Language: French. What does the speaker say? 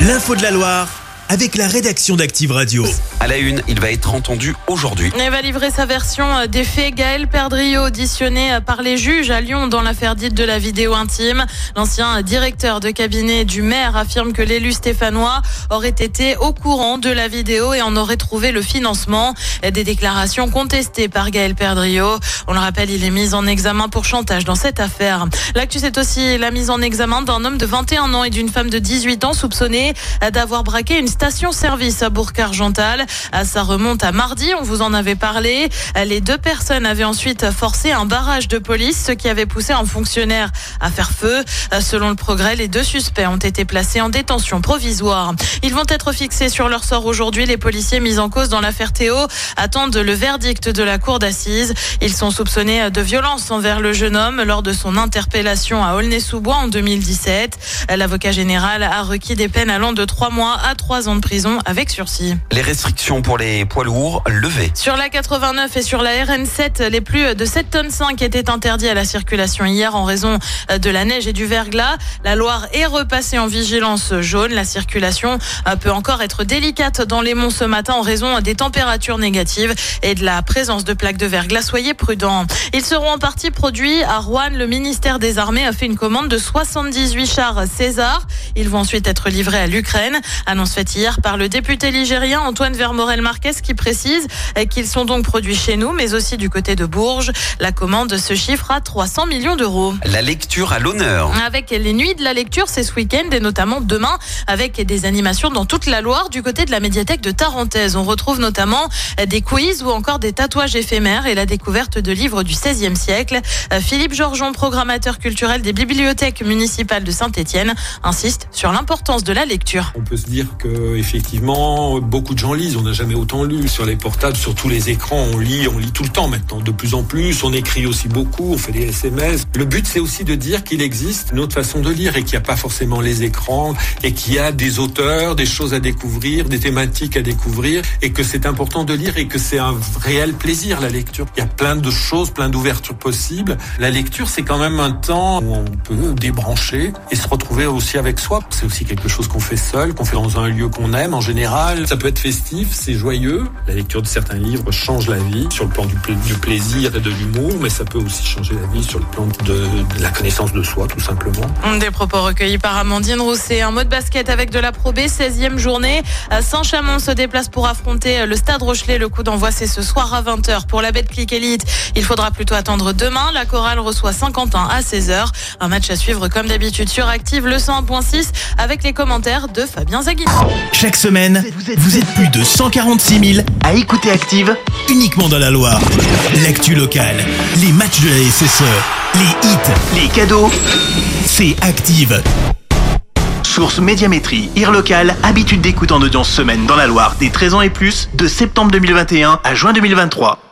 L'info de la Loire avec la rédaction d'Active Radio. À la une, il va être entendu aujourd'hui. Il va livrer sa version des faits. Gaël Perdriau, auditionné par les juges à Lyon dans l'affaire dite de la vidéo intime. L'ancien directeur de cabinet du maire affirme que l'élu stéphanois aurait été au courant de la vidéo et en aurait trouvé le financement. Des déclarations contestées par Gaël Perdriau. On le rappelle, il est mis en examen pour chantage dans cette affaire. L'actu, c'est aussi la mise en examen d'un homme de 21 ans et d'une femme de 18 ans soupçonnés d'avoir braqué une station-service à Bourg-Argental. Ça remonte à mardi, on vous en avait parlé. Les deux personnes avaient ensuite forcé un barrage de police, ce qui avait poussé un fonctionnaire à faire feu. Selon le Progrès, les deux suspects ont été placés en détention provisoire. Ils vont être fixés sur leur sort aujourd'hui. Les policiers mis en cause dans l'affaire Théo attendent le verdict de la cour d'assises. Ils sont soupçonnés de violence envers le jeune homme lors de son interpellation à Aulnay-sous-Bois en 2017. L'avocat général a requis des peines allant de 3 mois à 3 ans de prison avec sursis. Les restrictions pour les poids lourds levées. Sur la 89 et sur la RN7, les plus de 7 tonnes 5 étaient interdits à la circulation hier en raison de la neige et du verglas. La Loire est repassée en vigilance jaune. La circulation peut encore être délicate dans les monts ce matin en raison des températures négatives et de la présence de plaques de verglas. Soyez prudents. Ils seront en partie produits à Rouen. Le ministère des Armées a fait une commande de 78 chars César. Ils vont ensuite être livrés à l'Ukraine. Annonce faite hier par le député ligérien Antoine Vermorel-Marquez qui précise qu'ils sont donc produits chez nous, mais aussi du côté de Bourges. La commande se chiffre à 300 millions d'euros. La lecture à l'honneur. Avec les nuits de la lecture, c'est ce week-end et notamment demain avec des animations dans toute la Loire du côté de la médiathèque de Tarentaise. On retrouve notamment des quiz ou encore des tatouages éphémères et la découverte de livres du XVIe siècle. Philippe Georgeon, programmateur culturel des bibliothèques municipales de Saint-Étienne, insiste sur l'importance de la lecture. On peut se dire que effectivement, beaucoup de gens lisent. On n'a jamais autant lu sur les portables, sur tous les écrans. On lit tout le temps maintenant, de plus en plus. On écrit aussi beaucoup, on fait des SMS. Le but, c'est aussi de dire qu'il existe une autre façon de lire et qu'il n'y a pas forcément les écrans et qu'il y a des auteurs, des choses à découvrir, des thématiques à découvrir et que c'est important de lire et que c'est un réel plaisir, la lecture. Il y a plein de choses, plein d'ouvertures possibles. La lecture, c'est quand même un temps où on peut débrancher et se retrouver aussi avec soi. C'est aussi quelque chose qu'on fait seul, qu'on fait dans un lieu qu'on aime en général. Ça peut être festif, c'est joyeux. La lecture de certains livres change la vie sur le plan du plaisir et de l'humour, mais ça peut aussi changer la vie sur le plan de la connaissance de soi, tout simplement. Des propos recueillis par Amandine Rousset. Un mot de basket avec de la Pro B, 16e journée. Saint-Chamond se déplace pour affronter le Stade Rochelet. Le coup d'envoi, c'est ce soir à 20h pour la Betclic Elite. Il faudra plutôt attendre demain. La Chorale reçoit Saint-Quentin à 16h. Un match à suivre comme d'habitude sur Active, le 101.6 avec les commentaires de Fabien Zaghini. Chaque semaine, vous êtes plus de 146 000 à écouter Active uniquement dans la Loire. L'actu locale, les matchs de la SSE, les hits, les cadeaux. C'est Active. Source Médiamétrie, IR local, habitude d'écoute en audience semaine dans la Loire des 13 ans et plus, de septembre 2021 à juin 2023.